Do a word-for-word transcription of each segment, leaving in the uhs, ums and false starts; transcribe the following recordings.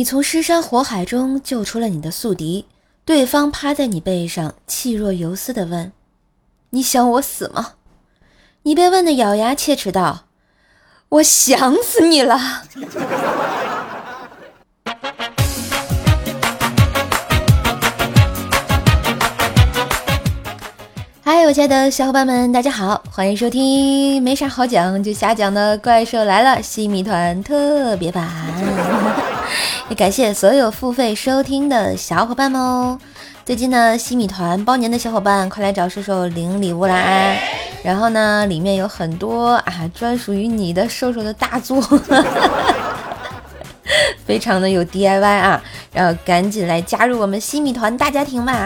你从尸山火海中救出了你的宿敌，对方趴在你背上，气若游丝地问：你想我死吗？你被问得咬牙切齿道：我想死你了。嗨，我亲爱的小伙伴们，大家好，欢迎收听没啥好讲就瞎讲的怪兽来了西米团特别版。也感谢所有付费收听的小伙伴们哦。最近呢，西米团包年的小伙伴快来找兽兽领礼物啦！然后呢，里面有很多啊专属于你的兽兽的大作，非常的有 D I Y 啊，然后赶紧来加入我们西米团大家庭吧！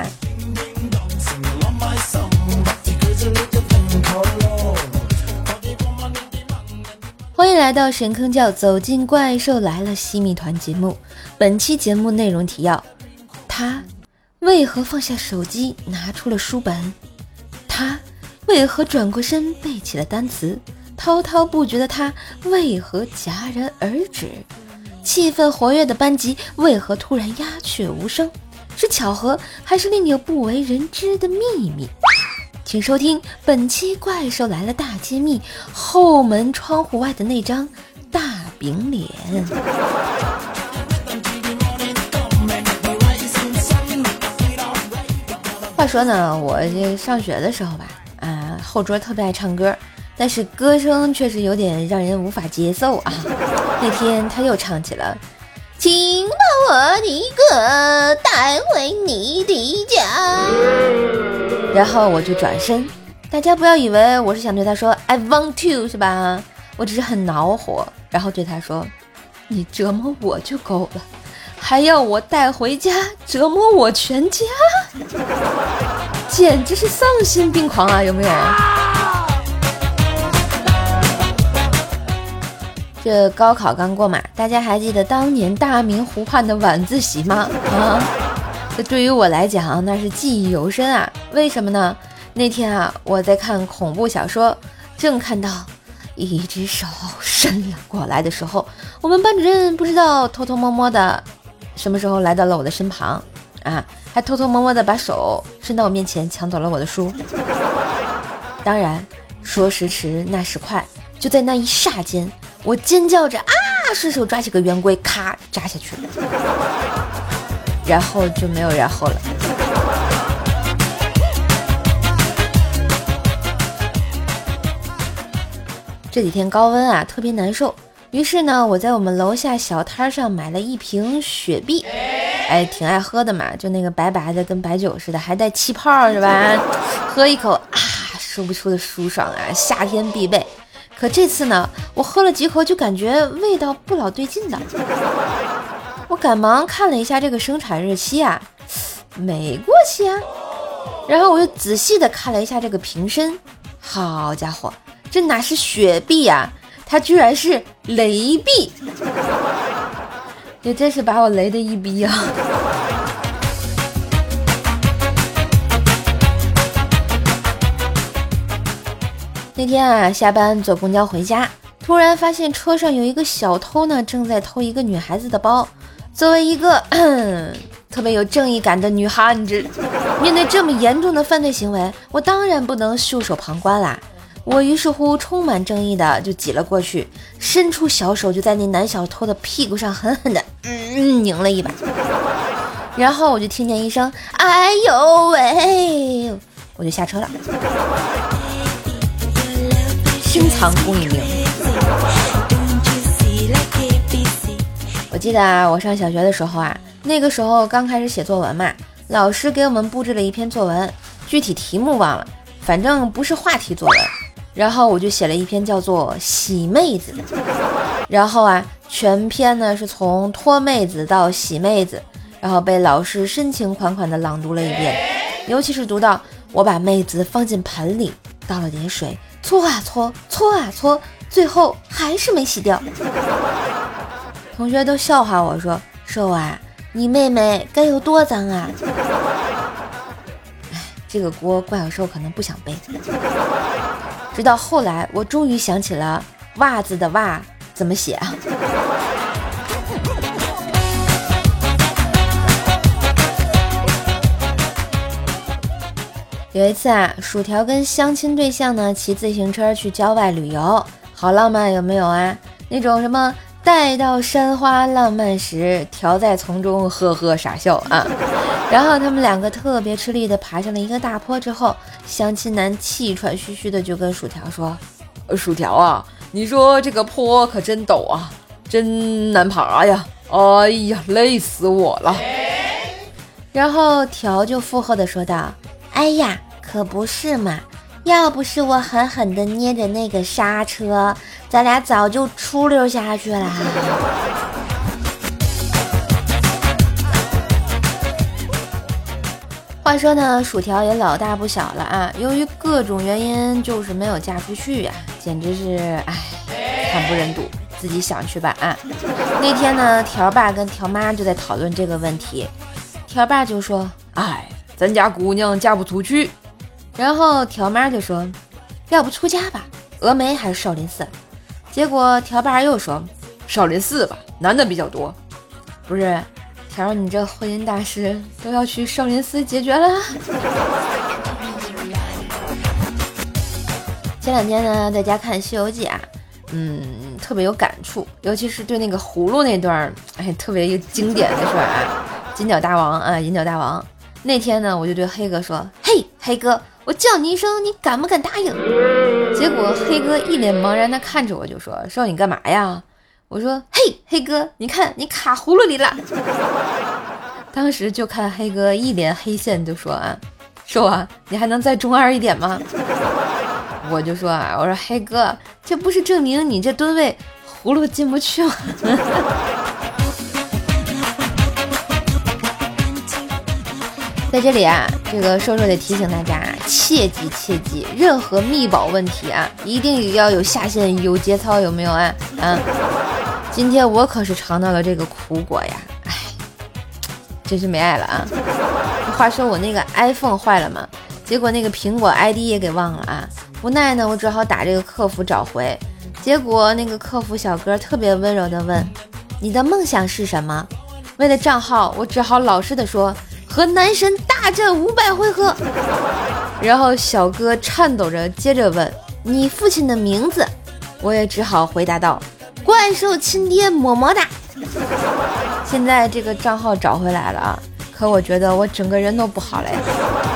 欢迎来到神坑教走进怪兽来了西米团节目。本期节目内容提要：他为何放下手机拿出了书本？他为何转过身背起了单词？滔滔不绝的他为何戛然而止？气氛活跃的班级为何突然鸦雀无声？是巧合还是另有不为人知的秘密？请收听本期怪兽来了大揭秘，后门窗户外的那张大饼脸。话说呢，我这上学的时候吧，啊，后桌特别爱唱歌，但是歌声确实有点让人无法接受啊。那天他又唱起了请把我的歌带回你的家，然后我就转身，大家不要以为我是想对他说 I want to 是吧，我只是很恼火，然后对他说你折磨我就够了，还要我带回家折磨我全家，简直是丧心病狂啊，有没有？这高考刚过嘛，大家还记得当年大明湖畔的晚自习吗？啊，这对于我来讲那是记忆犹深啊。为什么呢？那天啊，我在看恐怖小说，正看到一只手伸了过来的时候，我们班主任不知道偷偷摸摸的什么时候来到了我的身旁啊，还偷偷摸摸的把手伸到我面前抢走了我的书。当然说时迟那时快，就在那一霎间，我尖叫着啊，顺手抓起个圆规，咔扎下去了，然后就没有然后了。这几天高温啊，特别难受，于是呢，我在我们楼下小摊上买了一瓶雪碧，哎，挺爱喝的嘛，就那个白白的，跟白酒似的，还带气泡是吧？喝一口啊，说不出的舒爽啊，夏天必备。可这次呢，我喝了几口就感觉味道不老对劲的。我赶忙看了一下这个生产日期啊，没过期啊。然后我又仔细的看了一下这个瓶身，好家伙，这哪是雪碧啊，它居然是雷碧。也真是把我雷的一逼啊。那天啊，下班坐公交回家，突然发现车上有一个小偷呢，正在偷一个女孩子的包。作为一个特别有正义感的女汉子，面对这么严重的犯罪行为，我当然不能袖手旁观啦。我于是乎充满正义的就挤了过去，伸出小手就在那男小偷的屁股上狠狠的嗯拧了一把，然后我就听见一声哎呦喂，我就下车了。深藏功与名。我记得啊，我上小学的时候啊，那个时候刚开始写作文嘛，老师给我们布置了一篇作文，具体题目忘了，反正不是话题作文。然后我就写了一篇叫做洗妹子，然后啊，全篇呢是从脱妹子到洗妹子，然后被老师深情款款地朗读了一遍，尤其是读到我把妹子放进盆里，倒了点水，搓啊搓，搓啊搓，最后还是没洗掉。同学都笑话我说，瘦啊，你妹妹该有多脏啊。哎，这个锅怪小兽可能不想背。直到后来我终于想起了袜子的袜怎么写啊。 有一次啊，薯条跟相亲对象呢骑自行车去郊外旅游，好浪漫有没有啊？那种什么待到山花浪漫时，条在丛中呵呵傻笑啊。然后他们两个特别吃力的爬上了一个大坡之后，相亲男气喘吁吁的就跟薯条说：薯条啊，你说这个坡可真陡啊，真难爬呀，哎呀累死我了。然后条就附和的说道：哎呀可不是嘛，要不是我狠狠地捏着那个刹车，咱俩早就出溜下去了。话说呢，薯条也老大不小了啊，由于各种原因就是没有嫁出去呀、啊，简直是唉，惨不忍睹，自己想去吧啊。那天呢，条爸跟条妈就在讨论这个问题，条爸就说：唉，咱家姑娘嫁不出去。然后条妈就说：要不出家吧，峨眉还是少林寺？结果条爸又说：少林寺吧，男的比较多。不是，条你这婚姻大事都要去少林寺解决了。前两天呢，在家看《西游记》啊，嗯，特别有感触，尤其是对那个葫芦那段，哎，特别一个经典的事儿啊，金角大王啊，银角大王。那天呢，我就对黑哥说：嘿，黑哥，我叫你一声，你敢不敢答应？结果黑哥一脸茫然的看着我，就说：说你干嘛呀？我说：嘿，黑哥，你看你卡葫芦里了。当时就看黑哥一脸黑线，就说：啊，说啊，你还能再中二一点吗？我就说啊，我说黑哥，这不是证明你这吨位葫芦进不去吗？在这里啊，这个瘦瘦得提醒大家啊，切记切记，任何密保问题啊，一定要有下限，有节操，有没有啊？啊，今天我可是尝到了这个苦果呀，哎，真是没爱了啊！话说我那个 iPhone 坏了嘛，结果那个苹果 I D 也给忘了啊，无奈呢，我只好打这个客服找回，结果那个客服小哥特别温柔的问：你的梦想是什么？为了账号，我只好老实的说：和男神大战五百回合。然后小哥颤抖着接着问：你父亲的名字？我也只好回答道：怪兽亲爹么么哒。现在这个账号找回来了啊，可我觉得我整个人都不好了呀。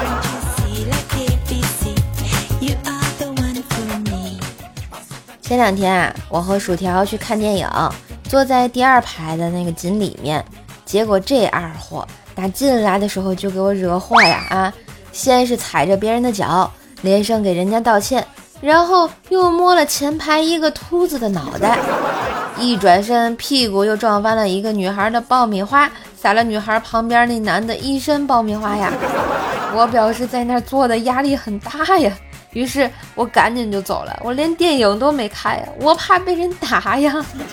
前两天啊，我和薯条去看电影，坐在第二排的那个紧里面，结果这二货打进来的时候就给我惹祸呀啊！先是踩着别人的脚，连声给人家道歉，然后又摸了前排一个秃子的脑袋，一转身屁股又撞翻了一个女孩的爆米花，撒了女孩旁边那男的一身爆米花呀！我表示在那儿坐的压力很大呀，于是我赶紧就走了，我连电影都没看呀，我怕被人打呀。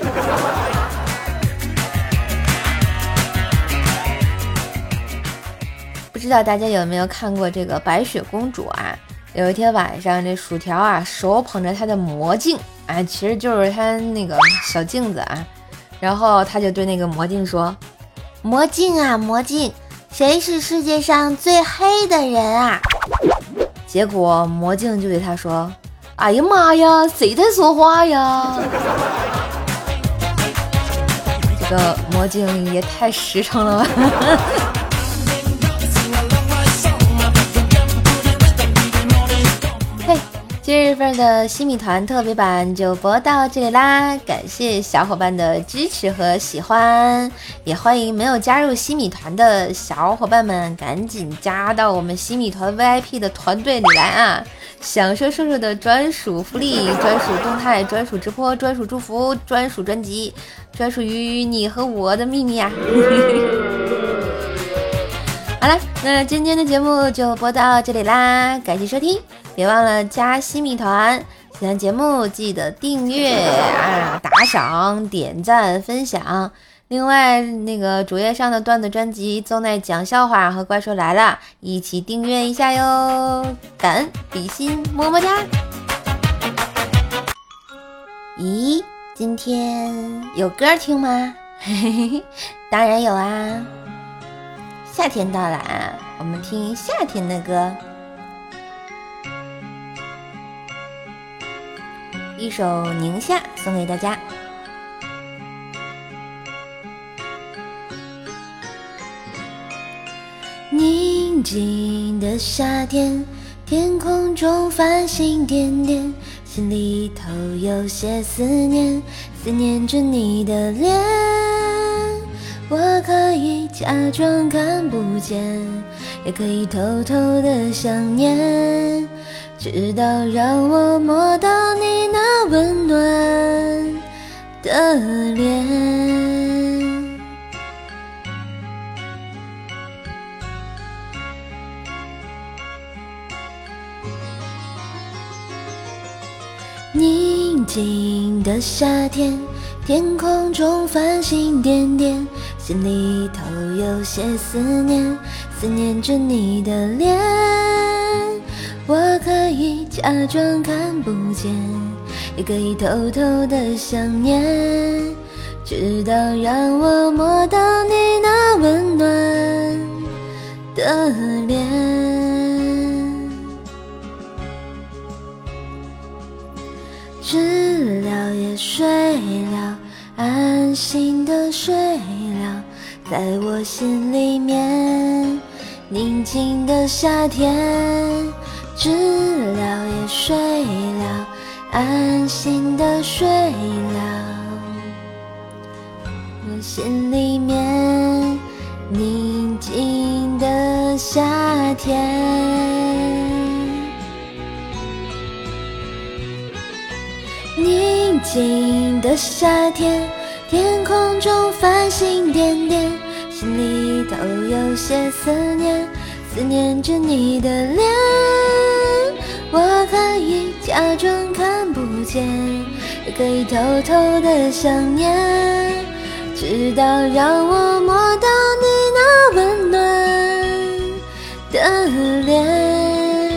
不知道大家有没有看过这个白雪公主啊？有一天晚上，这薯条啊手捧着她的魔镜啊，其实就是她那个小镜子啊，然后他就对那个魔镜说：魔镜啊魔镜，谁是世界上最黑的人啊？结果魔镜就对他说：哎呀妈呀，谁在说话呀？这个魔镜也太实诚了吧。嘿，今日份的西米团特别版就播到这里啦，感谢小伙伴的支持和喜欢，也欢迎没有加入西米团的小伙伴们赶紧加到我们西米团 V I P 的团队里来啊，享受瘦瘦的专属福利、专属动态、专属直播、专属祝福、专属专辑，专属于你和我的秘密啊。好了，那今天的节目就播到这里啦，感谢收听，别忘了加西米团，喜欢节目记得订阅啊、打赏、点赞、分享。另外，那个主页上的段子专辑《邹奈讲笑话》和《怪兽来了》一起订阅一下哟，感恩比心，么么哒。咦，今天有歌听吗？嘿嘿嘿，当然有啊。夏天到了啊，我们听夏天的歌。 一首《宁夏》送给大家。宁静的夏天，天空中繁星点点，心里头有些思念，思念着你的脸。我可以假装看不见，也可以偷偷的想念，直到让我摸到你那温暖的脸。宁静的夏天，天空中繁星点点，心里头有些思念，思念着你的脸。我可以假装看不见，也可以偷偷的想念，直到让我摸到你那温暖的脸。知了也睡了，安心的睡了，在我心里面。宁静的夏天，知了也睡了，安心的睡了，我心里面。宁静的夏天，宁静的夏天，天空中繁星点点，心里头有些思念，思念着你的脸。我可以假装看不见，也可以偷偷的想念，直到让我摸到你那温暖的脸。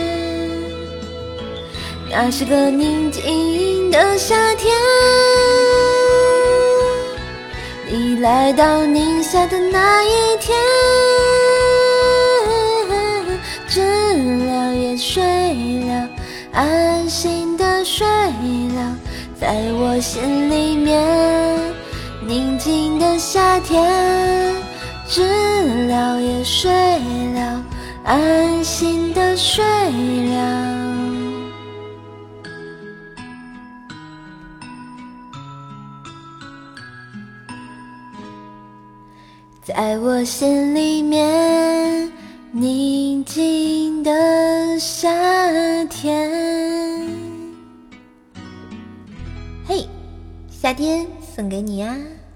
那是个宁静的夏天，你来到宁夏的那一天，知了也睡了，安心的睡了，在我心里面。宁静的夏天，知了也睡了，安心的睡了。在我心里面，宁静的夏天。嘿，夏天送给你呀。